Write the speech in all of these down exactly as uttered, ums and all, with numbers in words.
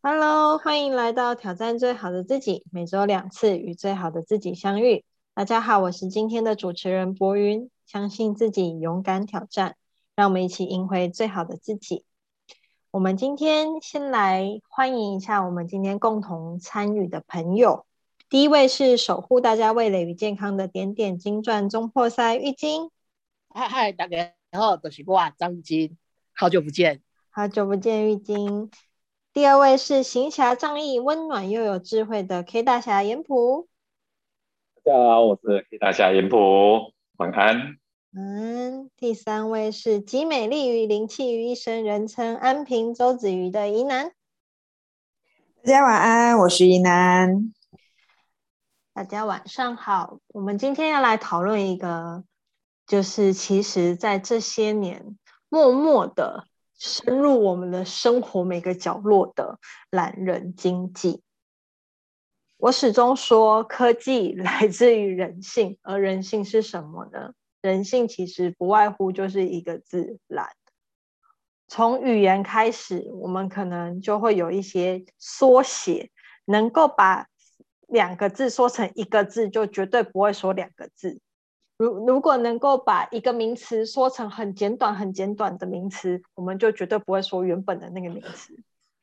Hello，欢迎来到挑战最好的自己，每周两次与最好的自己相遇。大家好，我是今天的主持人博云，相信自己，勇敢挑战，让我们一起赢回最好的自己。我们今天先来欢迎一下我们今天共同参与的朋友。第一位是守护大家味蕾与健康的点点金钻中破塞玉晶。 嗨嗨，大家好，我是我张玉金，好久不见。 好久不见玉晶。第二位是行侠仗义、温暖又有智慧的 K 大侠严普。 大家好，我是 K 大侠严普，晚安。 嗯，第三位是集美丽与灵气于一身，人称安平周子瑜的宜南。 大家晚安，我是宜南。 大家晚上好，我们今天要来讨论一个，就是其实在这些年默默的深入我们的生活每个角落的懒人经济。我始终说，科技来自于人性，而人性是什么呢？人性其实不外乎就是一个字：懒。从语言开始，我们可能就会有一些缩写，能够把两个字说成一个字，就绝对不会说两个字。如如果能够把一个名词说成很简短、很简短的名词，我们就绝对不会说原本的那个名词。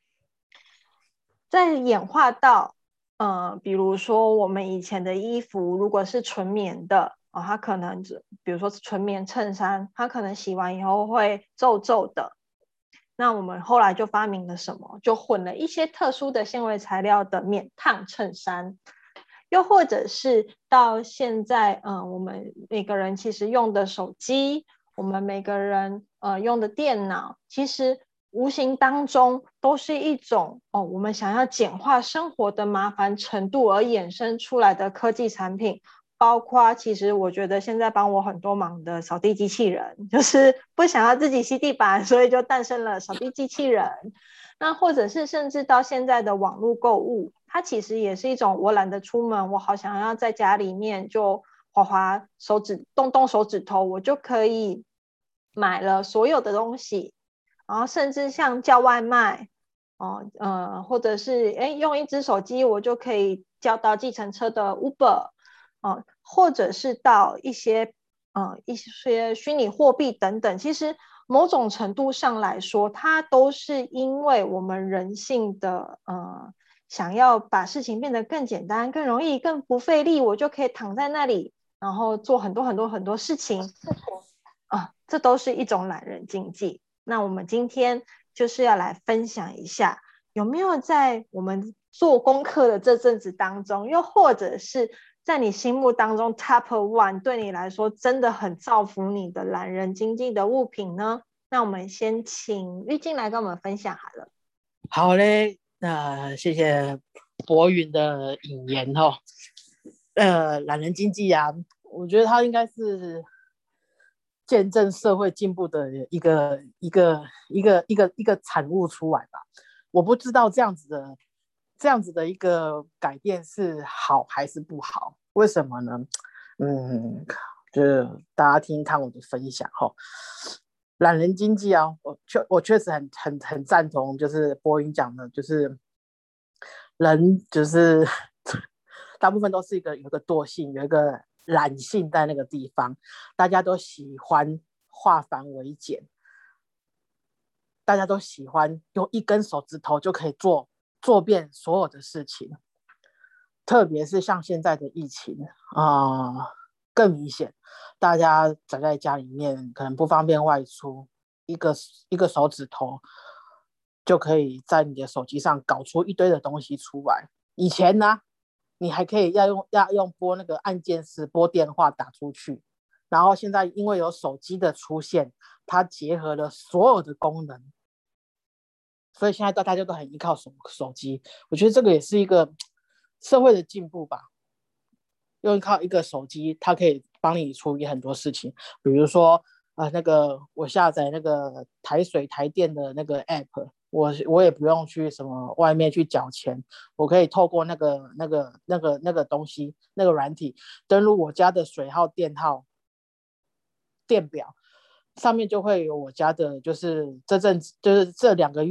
再演化到呃，比如说我们以前的衣服，如果是纯棉的，哦，它可能比如说纯棉衬衫，它可能洗完以后会皱皱的。那我们后来就发明了什么？就混了一些特殊的纤维材料的免烫衬衫。又或者是到现在，嗯、呃，我们每个人其实用的手机，我们每个人呃用的电脑，其实无形当中都是一种哦，我们想要简化生活的麻烦程度而衍生出来的科技产品。包括其实我觉得现在帮我很多忙的扫地机器人，就是不想要自己吸地板，所以就诞生了扫地机器人。那或者是甚至到现在的网络购物，它其实也是一种我懒得出门，我好想要在家里面就滑滑手指，动动手指头，我就可以买了所有的东西。然后甚至像叫外卖，哦呃，或者是诶用一只手机我就可以叫到计程车的 Uber，哦，或者是到一些呃一些虚拟货币等等，其实某种程度上来说，它都是因为我们人性的呃想要把事情变得更简单、更容易、更不费力，我就可以躺在那里，然后做很多很多很多事情啊，这都是一种懒人经济。那我们今天就是要来分享一下，有没有在我们做功课的这阵子当中，又或者是在你心目当中 top one 对你来说真的很造福你的懒人经济的物品呢？那我们先请玉静来跟我们分享好了。 好嘞，那谢谢博云的引言哦。呃，懒人经济啊，我觉得它应该是见证社会进步的一个一个一个一个一个产物出来吧。我不知道这样子的这样子的一个改变是好还是不好，为什么呢？嗯，就是大家听看我的分享哈。懒人经济啊，我确我确实很很很赞同，就是波音讲的，就是人就是大部分都是一个有一个惰性，有一个懒性在那个地方，大家都喜欢化繁为简，大家都喜欢用一根手指头就可以做做遍所有的事情，特别是像现在的疫情啊、呃，更明显，大家宅在家里面可能不方便外出，一个一个手指头就可以在你的手机上搞出一堆的东西出来。以前呢，你还可以要用要用拨那个按键式拨电话打出去，然后现在因为有手机的出现，它结合了所有的功能，所以现在大家都很依靠手手机。我觉得这个也是一个社会的进步吧。用靠一个手机，它可以帮你处理很多事情，比如说呃，那个我下载那个台水台电的那个 app，我我也不用去什么外面去缴钱，我可以透过那个那个那个那个东西那个软体登录我家的水号电号电表，上面就会有我家的就是这阵就是这两个月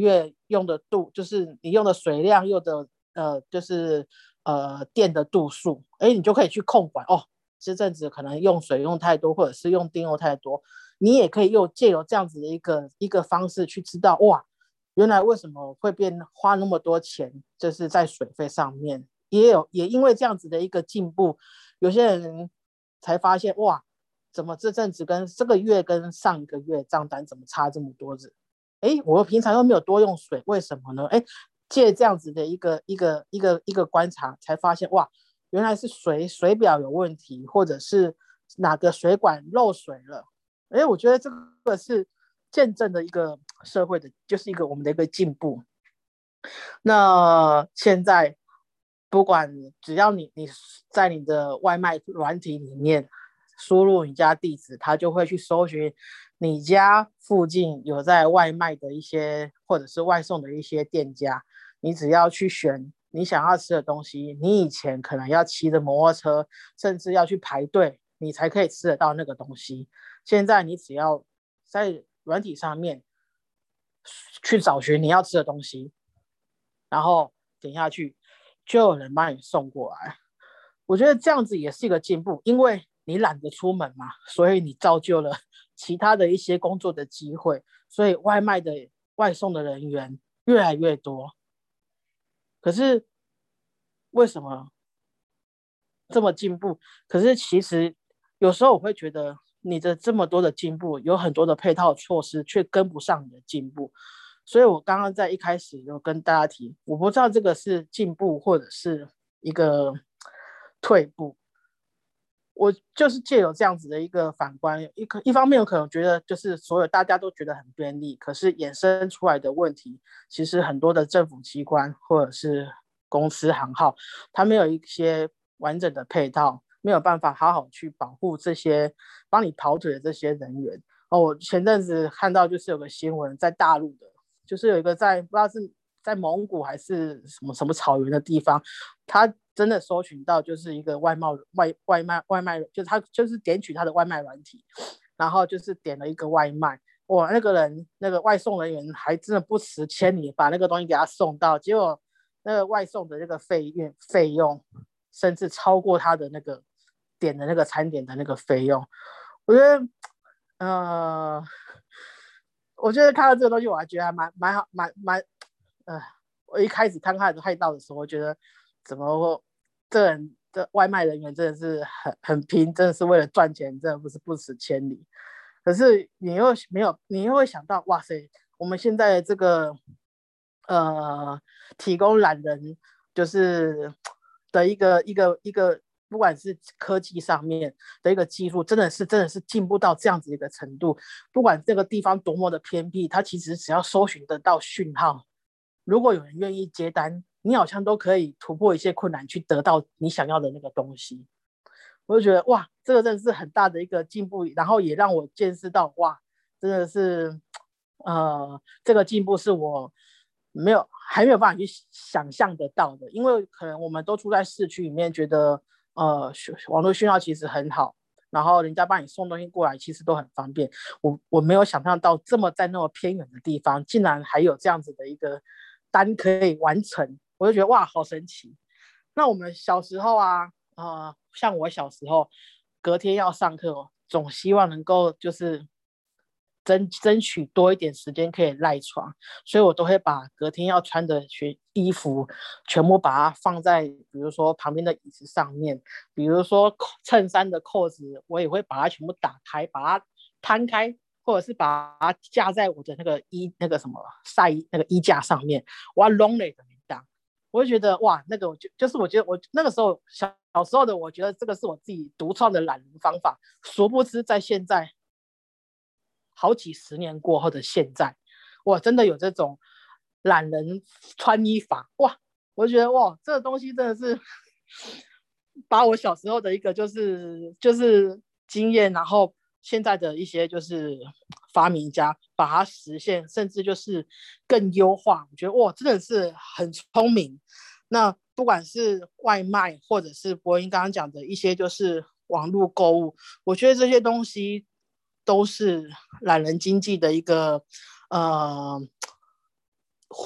用的度，就是你用的水量，用的呃就是呃电的度数，哎，你就可以去控管哦。这阵子可能用水用太多，或者是用电用太多，你也可以用借由这样子的一个一个方式去知道，哇，原来为什么会变花那么多钱，就是在水费上面。也有也因为这样子的一个进步，有些人才发现，哇，怎么这阵子跟这个月跟上一个月账单怎么差这么多子？哎，我平常又没有多用水，为什么呢？哎，借这样子的一个一个一个一个观察，才发现，哇，原来是水水表有问题，或者是哪个水管漏水了。哎，我觉得这个是见证的一个社会的，就是一个我们的一个进步。那现在不管只要你你在你的外卖软体里面输入你家地址，它就会去搜寻你家附近有在外卖的一些或者是外送的一些店家，你只要去选你想要吃的东西，你以前可能要骑着摩托车，甚至要去排队，你才可以吃得到那个东西。现在你只要在软体上面去找寻你要吃的东西，然后点下去，就有人帮你送过来。我觉得这样子也是一个进步，因为你懒得出门嘛，所以你造就了其他的一些工作的机会，所以外卖的外送的人员越来越多。可是为什么这么进步？可是其实有时候我会觉得，你的这么多的进步，有很多的配套措施却跟不上你的进步。所以我刚刚在一开始有跟大家提，我不知道这个是进步或者是一个退步。我就是借有这样子的一个反观，一一方面我可能觉得就是所有大家都觉得很便利，可是衍生出来的问题，其实很多的政府机关或者是公司行号，它没有一些完整的配套，没有办法好好去保护这些帮你跑腿的这些人员。哦，我前阵子看到就是有个新闻，在大陆的，就是有一个在不知道是在蒙古还是什么什么草原的地方，他真的搜寻到就是一个外贸外外卖外卖，就是他就是点取他的外卖软体，然后就是点了一个外卖，哇，那个人那个外送人员还真的不辞千里把那个东西给他送到，结果那个外送的那个费用费用甚至超过他的那个点的那个餐点的那个费用。我觉得呃我觉得看到这个东西我还觉得还蛮蛮好蛮蛮呃我一开始看他的害到的时候，我觉得怎么这人这外卖人员真的是很很拼，真的是为了赚钱，真的不是不辞千里。可是你又没有，你又会想到，哇塞，我们现在这个呃提供懒人就是的一个一个一个，不管是科技上面的一个技术，真的是真的是进步到这样子一个程度。不管这个地方多么的偏僻，它其实只要搜寻得到讯号，如果有人愿意接单，你好像都可以突破一些困难，去得到你想要的那个东西。我就觉得哇，这个真的是很大的一个进步，然后也让我见识到哇，真的是呃，这个进步是我没有还没有办法去想象得到的，因为可能我们都住在市区里面，觉得呃网络讯号其实很好，然后人家帮你送东西过来其实都很方便。我我没有想象到这么在那么偏远的地方，竟然还有这样子的一个单可以完成，我就觉得哇，好神奇。那我们小时候啊，呃，像我小时候，隔天要上课，总希望能够就是争争取多一点时间可以赖床，所以我都会把隔天要穿的学衣服全部把它放在，比如说旁边的椅子上面，比如说衬衫的扣子，我也会把它全部打开，把它摊开，或者是把它架在我的那个衣那个什么晒衣那个衣架上面，我要拢嘞的那档。我会觉得哇，那个我就就是我觉得我那个时候小小时候的，我觉得这个是我自己独创的懒人方法。殊不知在现在好几十年过后的现在，哇，真的有这种懒人穿衣法哇！我觉得哇，这个东西真的是把我小时候的一个就是就是经验，然后现在的一些就是发明家把它实现，甚至就是更优化。我觉得哇，真的是很聪明。那不管是外卖，或者是博音刚刚讲的一些就是网络购物，我觉得这些东西都是懒人经济的一个呃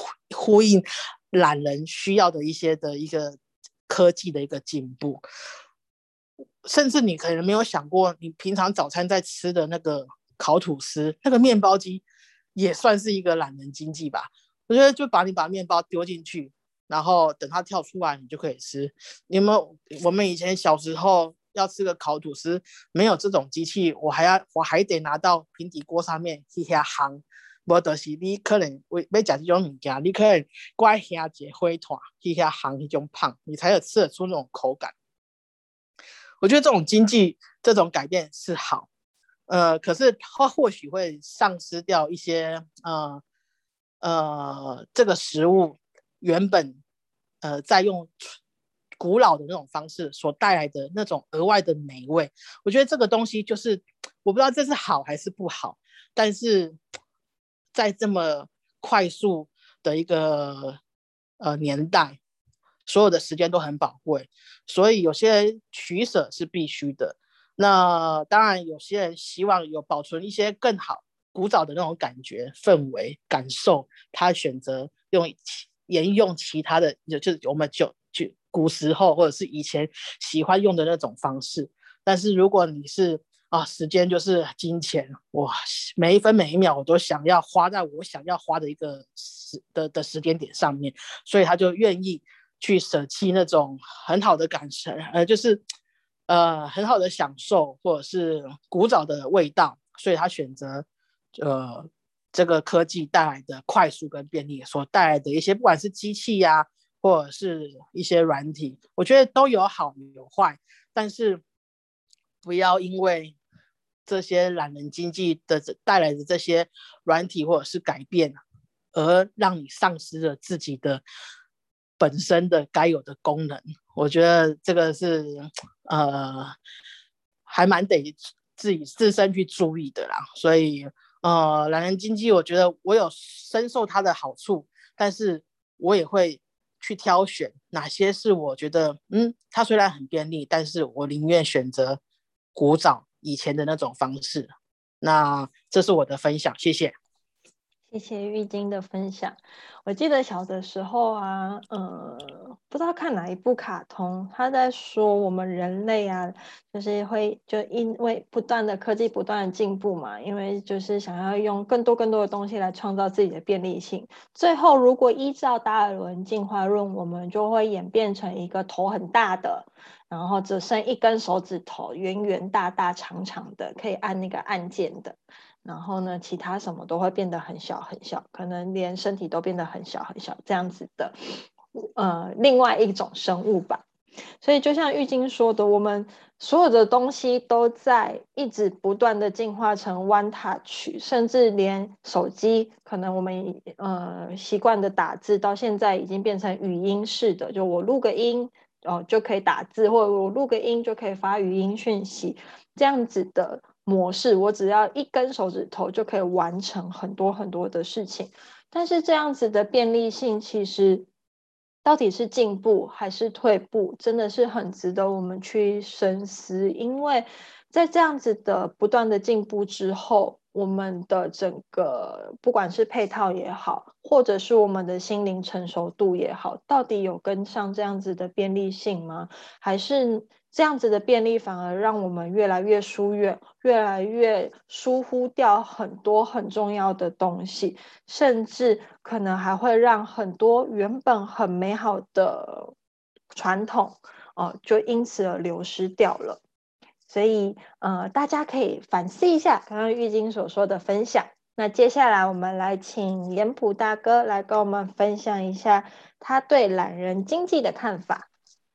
呼应懒人需要的一些的一个科技的一个进步。甚至你可能没有想过，你平常早餐在吃的那个烤吐司，那个面包机也算是一个懒人经济吧。我觉得就把你把面包丢进去，然后等它跳出来你就可以吃。你有没有我们以前小时候要吃个烤吐司，没有这种机器，我还要我还得拿到平底锅上面去遐烘，无就是你可能要吃这种物件，你可能挂遐一个火炭去遐烘那种胖，你才有吃得出那种口感。我觉得这种经济这种改变是好，呃，可是它或许会丧失掉一些呃呃这个食物原本呃在用古老的那种方式所带来的那种额外的美味。我觉得这个东西就是我不知道这是好还是不好，但是在这么快速的一个呃年代，所有的时间都很宝贵，所以有些取舍是必须的。那当然有些人希望有保存一些更好古早的那种感觉氛围感受，他选择用沿用其他的，就是我们就就古时候或者是以前喜欢用的那种方式。但是如果你是啊，时间就是金钱，哇，每一分每一秒我都想要花在我想要花的一个时 的, 的时间点上面，所以他就愿意去舍弃那种很好的感受，呃，就是呃很好的享受或者是古早的味道，所以他选择呃这个科技带来的快速跟便利所带来的一些，不管是机器呀、啊，或者是一些软体，我觉得都有好有坏，但是不要因为这些懒人经济的带来的这些软体或者是改变，而让你丧失了自己的本身的该有的功能。我觉得这个是呃还蛮得自己自身去注意的啦。所以呃懒人经济我觉得我有深受它的好处，但是我也会去挑选哪些是我觉得嗯它虽然很便利，但是我宁愿选择古早以前的那种方式。那这是我的分享，谢谢。 谢谢玉晶的分享。我记得小的时候啊，呃，不知道看哪一部卡通，他在说我们人类啊，就是会就因为不断的科技不断的进步嘛，因为就是想要用更多更多的东西来创造自己的便利性。最后，如果依照达尔文进化论，我们就会演变成一个头很大的，然后只剩一根手指头，圆圆大大长长的，可以按那个按键的。然后呢，其他什么都会变得很小很小，可能连身体都变得很小很小，这样子的，呃，另外一种生物吧。所以就像玉晶说的，我们所有的东西都在一直不断的进化成 One Touch， 甚至连手机，可能我们呃习惯的打字，到现在已经变成语音式的，就我录个音哦就可以打字，或者我录个音就可以发语音讯息，这样子的模式，我只要一根手指头就可以完成很多很多的事情。但是这样子的便利性，其实到底是进步还是退步，真的是很值得我们去深思。因为在这样子的不断的进步之后，我们的整个不管是配套也好，或者是我们的心灵成熟度也好，到底有跟上这样子的便利性吗？还是这样子的便利反而让我们越来越疏远，越来越疏忽掉很多很重要的东西，甚至可能还会让很多原本很美好的传统，呃，就因此而流失掉了。所以，呃，大家可以反思一下刚刚玉晶所说的分享。那接下来我们来请严普大哥来跟我们分享一下他对懒人经济的看法。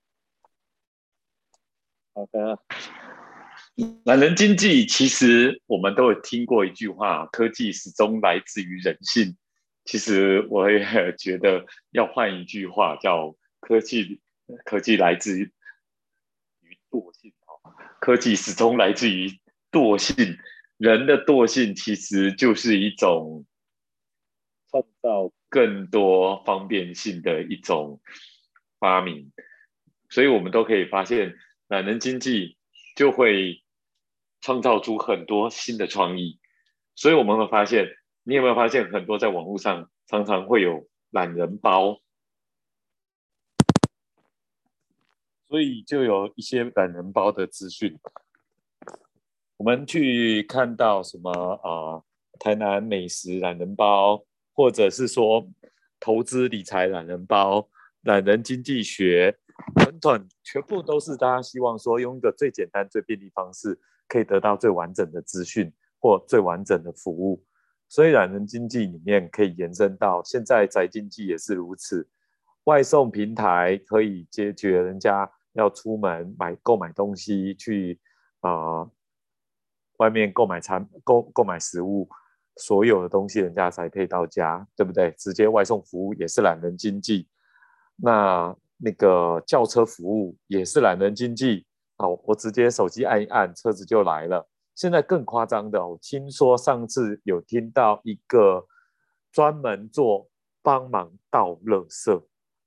好的，懒人经济其实我们都有听过一句话，科技始终来自于人性。其实我也觉得要换一句话，叫科技科技来自于惰性，科技始终来自于惰性。人的惰性其实就是一种创造更多方便性的一种发明，所以我们都可以发现，懒人经济就会创造出很多新的创意。所以我们会发现，你有没有发现很多在网络上常常会有懒人包，所以就有一些懒人包的资讯。我们去看到什么啊、呃？台南美食懒人包，或者是说投资理财懒人包、懒人经济学等等，全部都是大家希望说用一个最简单、最便利方式，可以得到最完整的资讯或最完整的服务。所以懒人经济里面可以延伸到现在宅经济也是如此，外送平台可以解决人家要出门买购买东西去啊。呃外面购买餐购购买食物，所有的东西人家才配到家，对不对？直接外送服务也是懒人经济。那那个轿车服务也是懒人经济。好，我直接手机按一按，车子就来了。现在更夸张的，我听说上次有听到一个专门做帮忙倒垃圾。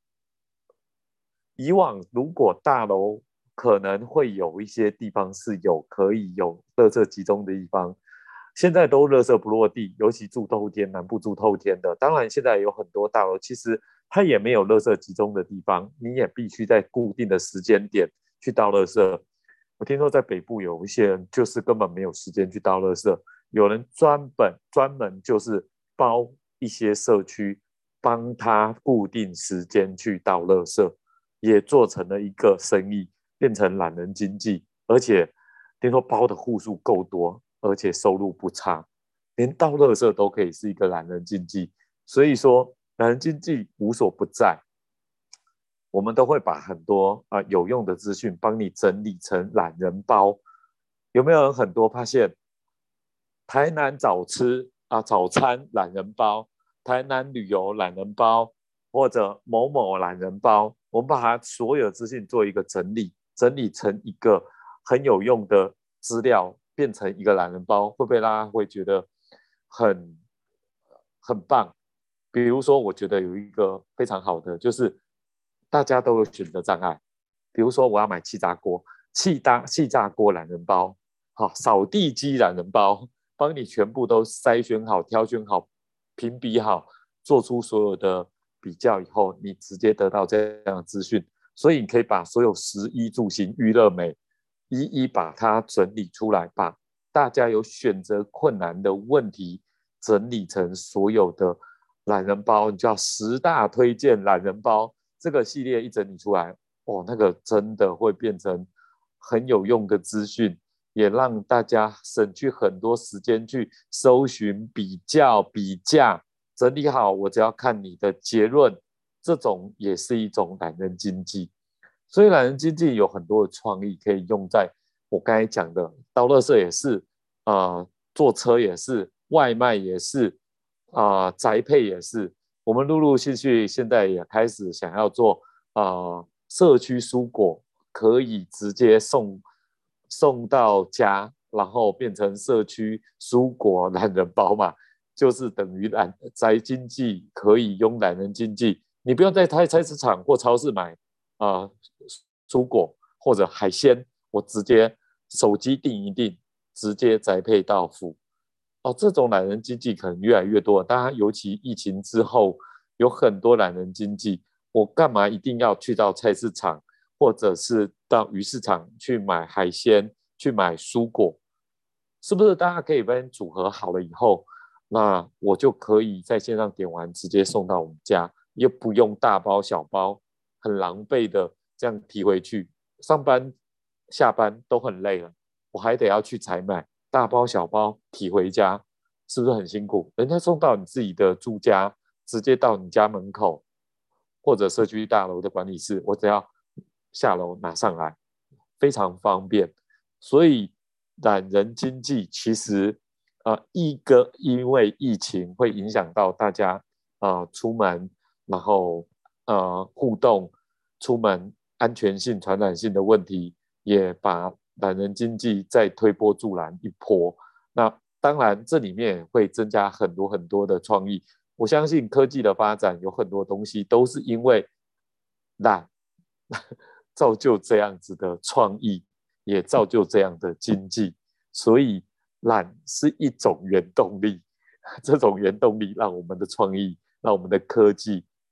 以往如果大楼可能会有一些地方是有可以有垃圾集中的地方，现在都垃圾不落地，尤其住透天，南部住透天的，当然现在有很多大楼其实它也没有垃圾集中的地方，你也必须在固定的时间点去倒垃圾。我听说在北部有一些人就是根本没有时间去倒垃圾，有人专门专门就是包一些社区帮他固定时间去倒垃圾，也做成了一个生意，变成懒人经济，而且听说包的户数够多，而且收入不差，连倒垃圾都可以是一个懒人经济。所以说懒人经济无所不在，我们都会把很多、呃、有用的资讯帮你整理成懒人包。有没有人很多发现台南早吃、啊、早餐懒人包，台南旅游懒人包，或者某某懒人包，我们把它所有资讯做一个整理，整理成一个很有用的资料，变成一个懒人包，会不会大家会觉得很很棒？比如说我觉得有一个非常好的，就是大家都有选择障碍。比如说我要买气炸锅，气炸气炸锅懒人包，好，扫地机懒人包，帮你全部都筛选好、挑选好、评比好，做出所有的比较以后，你直接得到这样的资讯。所以你可以把所有食衣住行娱乐美一一把它整理出来，把大家有选择困难的问题整理成所有的懒人包，你叫十大推荐懒人包，这个系列一整理出来，哦，那个真的会变成很有用的资讯，也让大家省去很多时间去搜寻、比较、比价，整理好，我只要看你的结论，这种也是一种懒人经济。所以懒人经济有很多的创意可以用在我刚才讲的，倒垃圾也是，呃，坐车也是，外卖也是，啊、呃，宅配也是。我们陆陆续续现在也开始想要做啊、呃，社区蔬果可以直接送送到家，然后变成社区蔬果懒人包嘛，就是等于懒宅经济可以用懒人经济，你不用在菜菜市场或超市买啊、呃、蔬果或者海鲜，我直接手机订一订，直接宅配到府。哦，这种懒人经济可能越来越多，当然尤其疫情之后，有很多懒人经济，我干嘛一定要去到菜市场，或者是到鱼市场去买海鲜，去买蔬果？是不是大家可以帮组合好了以后，那我就可以在线上点完直接送到我们家，又不用大包小包很狼狈的这样提回去，上班下班都很累了，我还得要去采买，大包小包提回家，是不是很辛苦？人家送到你自己的住家，直接到你家门口，或者社区大楼的管理室，我只要下楼拿上来，非常方便。所以懒人经济其实呃一个因为疫情会影响到大家呃出门，然后呃互动，出门安全性、传染性的问题，也把懒人经济再推波助澜一波。那当然这里面会增加很多很多的创意，我相信科技的发展有很多东西都是因为懒造就这样子的创意，也造就这样的经济。所以懒是一种原动力，这种原动力让我们的创意，让我们的科技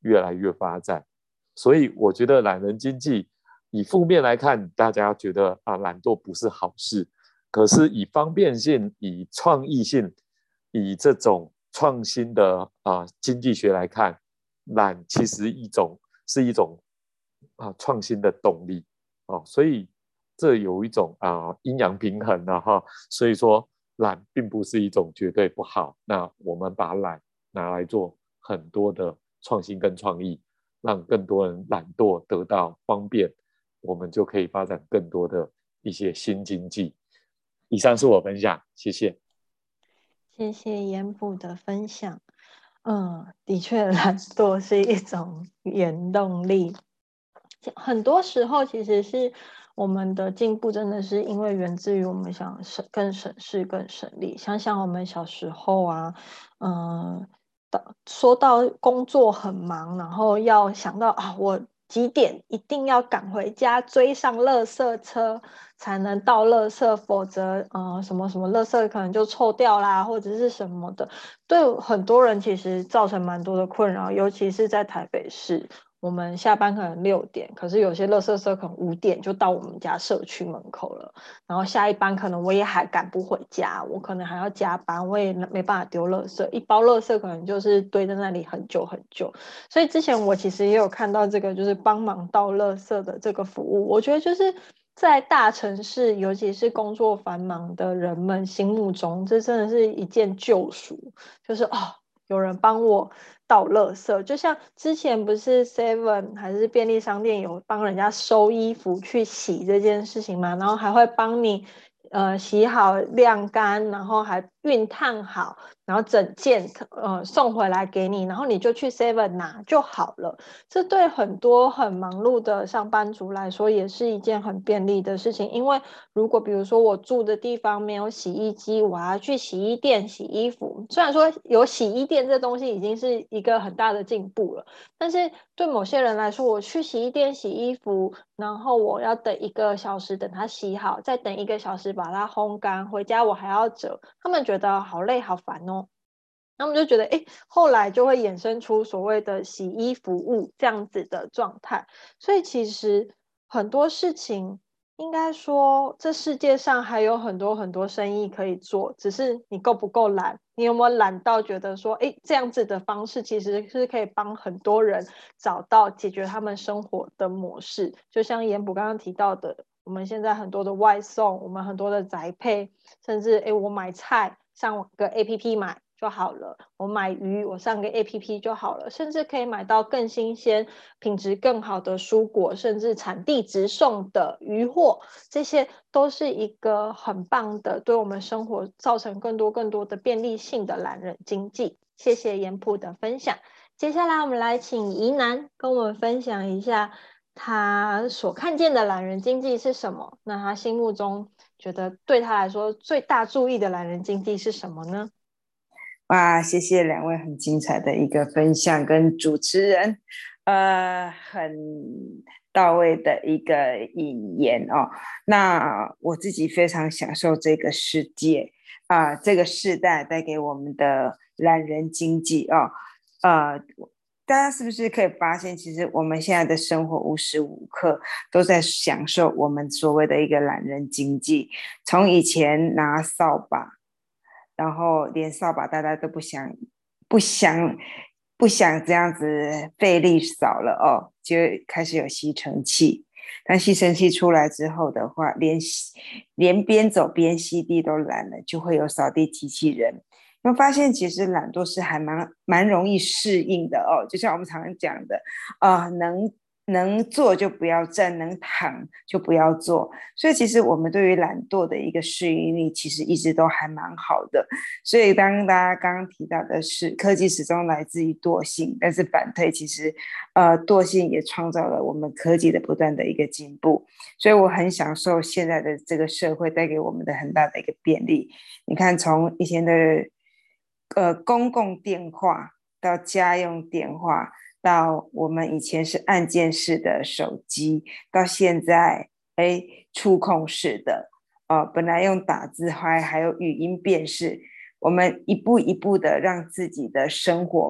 越来越发展。所以我觉得懒人经济以负面来看，大家觉得啊懒惰不是好事，可是以方便性、以创意性、以这种创新的啊经济学来看，懒其实一种是一种啊创新的动力哦，所以这有一种啊阴阳平衡的哈，所以说懒并不是一种绝对不好。那我们把懒拿来做很多的创新跟创意，让更多人懒惰得到方便，我们就可以发展更多的一些新经济。以上是我分享，谢谢。 谢谢严普的分享。嗯，的确，懒惰是一种原动力。很多时候，其实是我们的进步真的是因为源自于我们想省更省事、更省力。想想我们小时候啊，嗯，说到工作很忙，然后要想到啊，我几点一定要赶回家，追上垃圾车才能到垃圾，否则呃什么什么垃圾可能就臭掉啦，或者是什么的，对很多人其实造成蛮多的困扰，尤其是在台北市。我们下班可能六点，可是有些垃圾车可能五点就到我们家社区门口了，然后下一班可能我也还赶不回家，我可能还要加班，我也没办法丢垃圾，一包垃圾可能就是堆在那里很久很久。所以之前我其实也有看到这个就是帮忙倒垃圾的这个服务，我觉得就是在大城市，尤其是工作繁忙的人们心目中，这真的是一件救赎，就是哦，有人帮我倒垃圾。就像之前不是 Seven 还是便利商店有帮人家收衣服去洗这件事情吗？然后还会帮你呃洗好晾干，然后还熨烫好，然后整件呃送回来给你，然后你就去 Seven 拿就好了。这对很多很忙碌的上班族来说也是一件很便利的事情，因为如果比如说我住的地方没有洗衣机，我要去洗衣店洗衣服，虽然说有洗衣店这东西已经是一个很大的进步了，但是对某些人来说，我去洗衣店洗衣服，然后我要等一个小时等它洗好，再等一个小时把它烘干，回家我还要折，他们觉得好累好烦哦。他们就觉得，哎，后来就会衍生出所谓的洗衣服务这样子的状态。所以其实很多事情，应该说这世界上还有很多很多生意可以做，只是你够不够懒，你有没有懒到觉得说，哎，这样子的方式其实是可以帮很多人找到解决他们生活的模式。就像严普刚刚提到的，我们现在很多的外送，我们很多的宅配，甚至哎，我买菜上个 A P P 买就好了，我买鱼我上个 A P P 就好了，甚至可以买到更新鲜、品质更好的蔬果，甚至产地直送的鱼货，这些都是一个很棒的，对我们生活造成更多更多的便利性的懒人经济。谢谢严普的分享。接下来我们来请宜南跟我们分享一下他所看见的懒人经济是什么？那他心目中觉得对他来说最大注意的懒人经济是什么呢？ 哇，谢谢两位很精彩的一个分享跟主持人，呃，很到位的一个引言哦。那我自己非常享受这个世界啊、呃，这个世代带给我们的懒人经济哦，呃。大家是不是可以发现，其实我们现在的生活无时无刻都在享受我们所谓的一个懒人经济？从以前拿扫把，然后连扫把大家都不想不想不想这样子费力扫了哦，就开始有吸尘器。但吸尘器出来之后的话，连连边走边吸地都懒了，就会有扫地机器人。你会发现，其实懒惰是还蛮蛮容易适应的哦。就像我们常常讲的，啊、呃，能能坐就不要站，能躺就不要坐。所以，其实我们对于懒惰的一个适应力，其实一直都还蛮好的。所以，当大家刚刚提到的是，科技始终来自于惰性，但是反推其实，呃，惰性也创造了我们科技的不断的一个进步。所以，我很享受现在的这个社会带给我们的很大的一个便利。你看，从以前的呃，公共电话到家用电话，到我们以前是按键式的手机，到现在哎触控式的，呃，本来用打字还还有语音辨识，我们一步一步的让自己的生活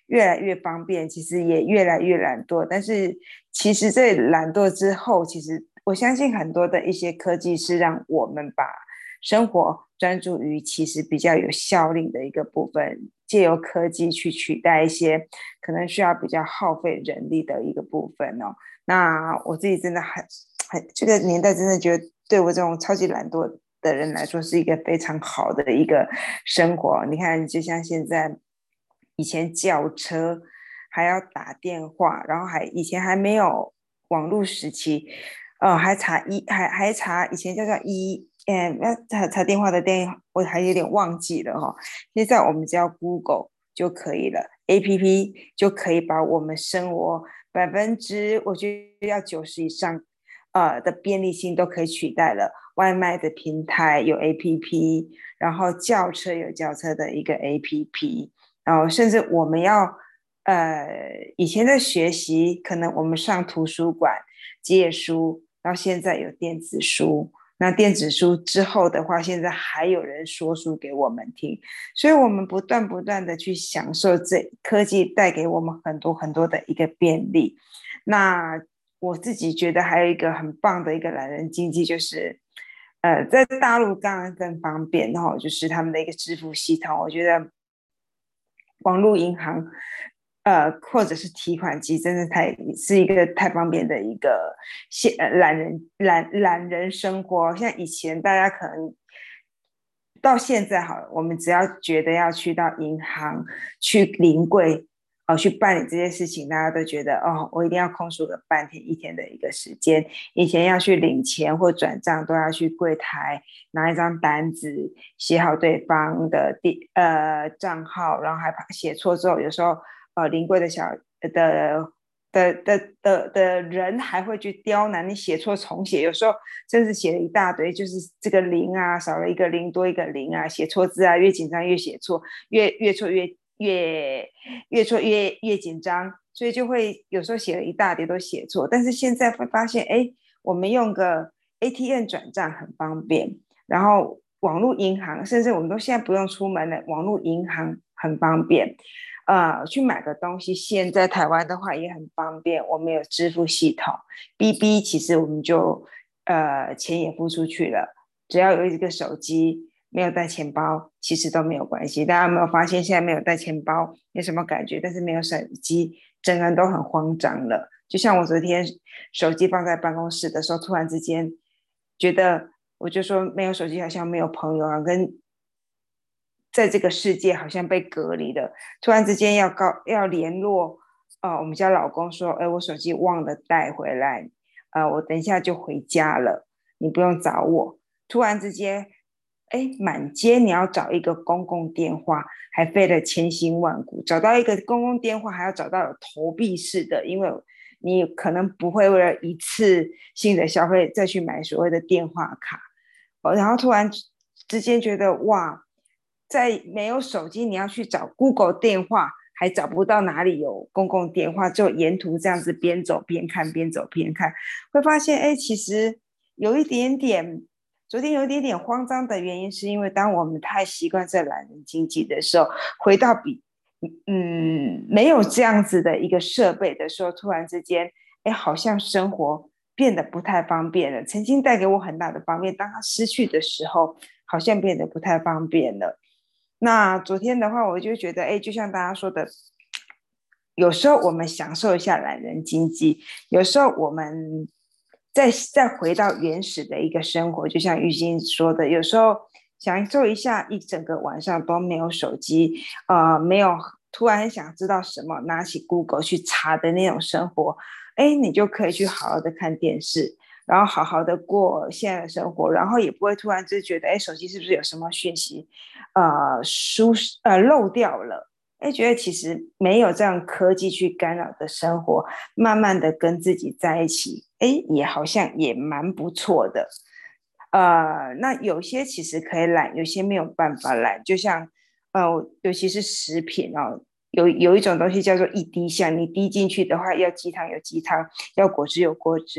越来越方便，其实也越来越懒惰。但是其实这懒惰之后，其实我相信很多的一些科技是让我们把生活专注于其实比较有效率的一个部分，借由科技去取代一些可能需要比较耗费人力的一个部分哦。那我自己真的很很这个年代真的觉得对我这种超级懒惰的人来说是一个非常好的一个生活。你看就像现在以前叫车还要打电话，然后还以前还没有网络时期，呃，还查一还还查以前叫做一，嗯，要查查电话的电，我还有点忘记了哈、哦。现在我们只要 Google 就可以了 ，A P P 就可以把我们生活百分之我觉得要九十以上，呃的便利性都可以取代了。外卖的平台有 A P P， 然后叫车有叫车的一个 A P P， 然后甚至我们要呃以前的学习，可能我们上图书馆借书，到现在有电子书。那电子书之后的话，现在还有人说书给我们听，所以我们不断不断的去享受这科技带给我们很多很多的一个便利。那我自己觉得还有一个很棒的一个懒人经济，就是呃，在大陆当然更方便，然后就是他们的一个支付系统，我觉得网络银行呃，或者是提款机，真的太是一个太方便的一个现懒人懒懒人生活。像以前大家可能到现在好了，我们只要觉得要去到银行去临柜哦，去办理这些事情，大家都觉得哦，我一定要空出个半天一天的一个时间。以前要去领钱或转账，都要去柜台拿一张单子，写好对方的第呃账号，然后还怕写错之后，有时候呃临柜的小的的的的的人还会去刁难你写错重写，有时候真是写了一大堆，就是这个零啊少了一个零多一个零啊，写错字啊，越紧张越写错，越越错越越越错越越紧张，所以就会有时候写了一大叠都写错。但是现在会发现，哎，我们用个 A T M 转账很方便，然后网络银行，甚至我们都现在不用出门了，网络银行很方便。呃，去买个东西，现在台湾的话也很方便，我们有支付系统 ，B B 其实我们就呃钱也付出去了，只要有一个手机，没有带钱包，其实都没有关系。大家有没有发现现在没有带钱包有什么感觉？但是没有手机，整个人都很慌张了。就像我昨天手机放在办公室的时候，突然之间觉得，我就说没有手机好像没有朋友啊，跟在这个世界好像被隔离了。突然之间要告要联络，呃，我们家老公说，哎，我手机忘了带回来，呃，我等一下就回家了，你不用找我。突然之间，哎，满街你要找一个公共电话，还费了千辛万苦，找到一个公共电话还要找到有投币式的，因为你可能不会为了一次性的消费再去买所谓的电话卡，然后突然之间觉得哇，在没有手机，你要去找 Google 电话，还找不到哪里有公共电话，就沿途这样子边走边看，边走边看，会发现，哎，其实有一点点，昨天有一点点慌张的原因，是因为当我们太习惯这懒人经济的时候，回到比嗯没有这样子的一个设备的时候，突然之间，哎，好像生活变得不太方便了。曾经带给我很大的方便，当它失去的时候，好像变得不太方便了。那昨天的话，我就觉得，哎，就像大家说的，有时候我们享受一下懒人经济，有时候我们再再回到原始的一个生活，就像玉兴说的，有时候享受一下一整个晚上都没有手机，呃，没有突然想知道什么，拿起 Google 去查的那种生活，哎，你就可以去好好的看电视。然后好好的过现在的生活，然后也不会突然就觉得，哎，手机是不是有什么讯息，呃，疏呃漏掉了？哎，觉得其实没有这样科技去干扰的生活，慢慢的跟自己在一起，哎，也好像也蛮不错的。呃，那有些其实可以懒，有些没有办法懒，就像呃，尤其是食品哦，有有一种东西叫做一滴香，你滴进去的话，要鸡汤有鸡汤，要果汁有果汁。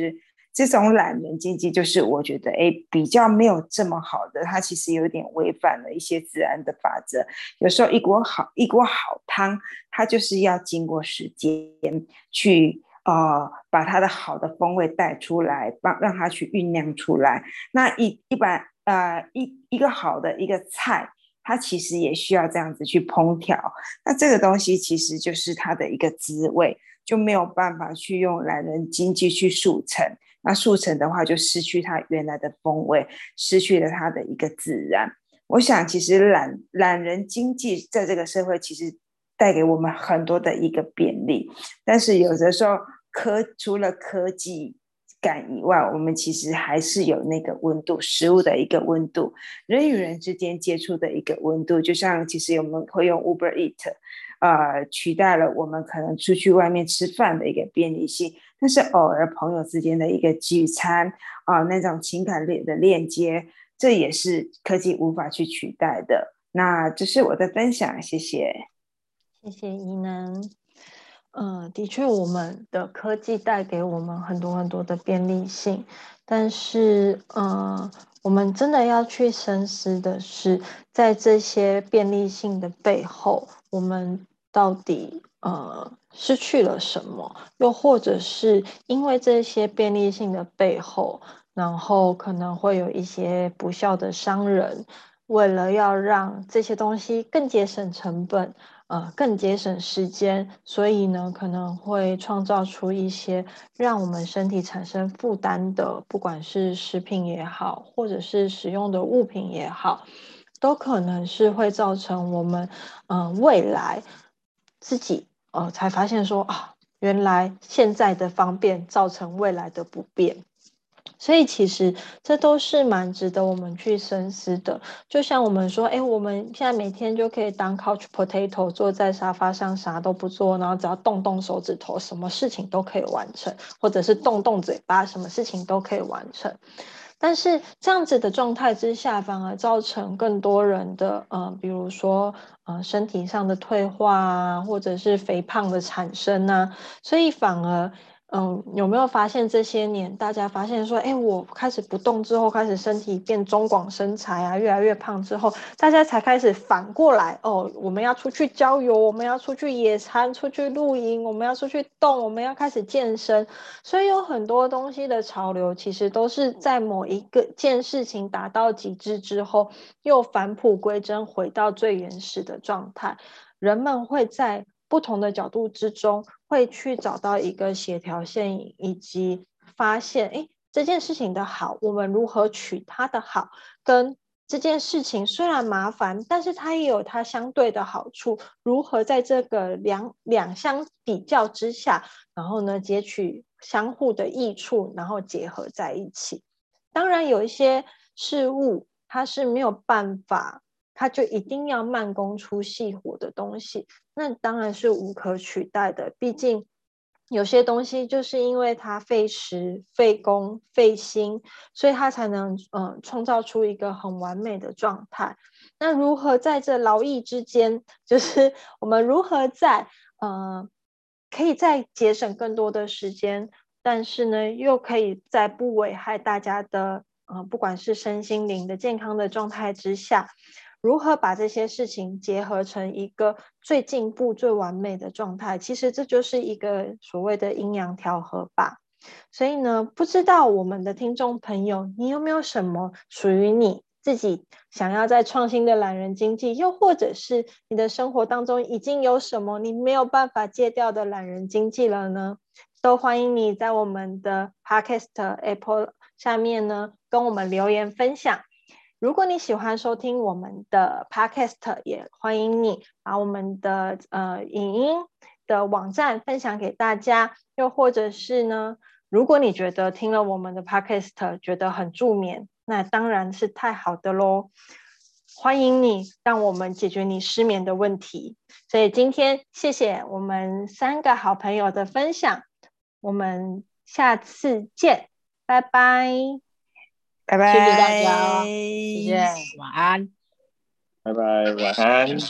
这种懒人经济就是我觉得哎比较没有这么好的，它其实有点违反了一些自然的法则。有时候一锅好一锅好汤，它就是要经过时间去呃把它的好的风味带出来，帮让它去酝酿出来。那一一般呃一一个好的一个菜，它其实也需要这样子去烹调。那这个东西其实就是它的一个滋味，就没有办法去用懒人经济去速成。那速成的话，就失去它原来的风味，失去了它的一个自然。我想，其实懒懒人经济在这个社会其实带给我们很多的一个便利，但是有的时候科除了科技感以外，我们其实还是有那个温度，食物的一个温度，人与人之间接触的一个温度。就像其实我们会用 Uber Eat，呃，取代了我们可能出去外面吃饭的一个便利性，但是偶尔朋友之间的一个聚餐啊、呃，那种情感的链接，这也是科技无法去取代的。那这是我的分享，谢谢。 谢谢宜能。嗯、呃，的确，我们的科技带给我们很多很多的便利性，但是，呃，我们真的要去深思的是，在这些便利性的背后，我们到底呃失去了什么？又或者是因为这些便利性的背后，然后可能会有一些不孝的商人，为了要让这些东西更节省成本。呃，更节省时间，所以呢，可能会创造出一些让我们身体产生负担的，不管是食品也好，或者是使用的物品也好，都可能是会造成我们，呃，未来自己呃才发现说啊，原来现在的方便造成未来的不便。所以其实这都是蛮值得我们去深思的。就像我们说，哎，我们现在每天就可以当 couch potato， 坐在沙发上啥都不做，然后只要动动手指头，什么事情都可以完成，或者是动动嘴巴，什么事情都可以完成。但是这样子的状态之下，反而造成更多人的呃，比如说呃身体上的退化啊，或者是肥胖的产生啊，所以反而嗯，有没有发现这些年大家发现说，哎，我开始不动之后，开始身体变中广身材啊，越来越胖之后，大家才开始反过来哦，我们要出去郊游，我们要出去野餐，出去露营，我们要出去动，我们要开始健身。所以有很多东西的潮流，其实都是在某一个件事情达到极致之后，又返璞归真，回到最原始的状态。人们会在不同的角度之中，会去找到一个协调线，以及发现，哎，这件事情的好，我们如何取它的好，跟这件事情虽然麻烦，但是它也有它相对的好处，如何在这个两两相比较之下，然后呢，截取相互的益处，然后结合在一起。当然有一些事物它是没有办法，它就一定要慢工出细活的东西，那当然是无可取代的。毕竟有些东西就是因为它费时、费工、费心，所以它才能呃创造出一个很完美的状态。那如何在这劳逸之间，就是我们如何在呃可以再节省更多的时间，但是呢又可以在不危害大家的呃不管是身心灵的健康的状态之下，如何把这些事情结合成一个最进步、最完美的状态？其实这就是一个所谓的阴阳调和吧。所以呢，不知道我们的听众朋友，你有没有什么属于你自己想要在创新的懒人经济，又或者是你的生活当中已经有什么你没有办法戒掉的懒人经济了呢？都欢迎你在我们的 Podcast Apple 下面呢跟我们留言分享。如果你喜欢收听我们的 Podcast， 也欢迎你把我们的呃影音的网站分享给大家，又或者是呢，如果你觉得听了我们的 Podcast 觉得很助眠，那当然是太好的咯。欢迎你让我们解决你失眠的问题。所以今天谢谢我们三个好朋友的分享，我们下次见，拜拜。 拜拜， 谢谢大家，谢谢，晚安。 拜拜，晚安。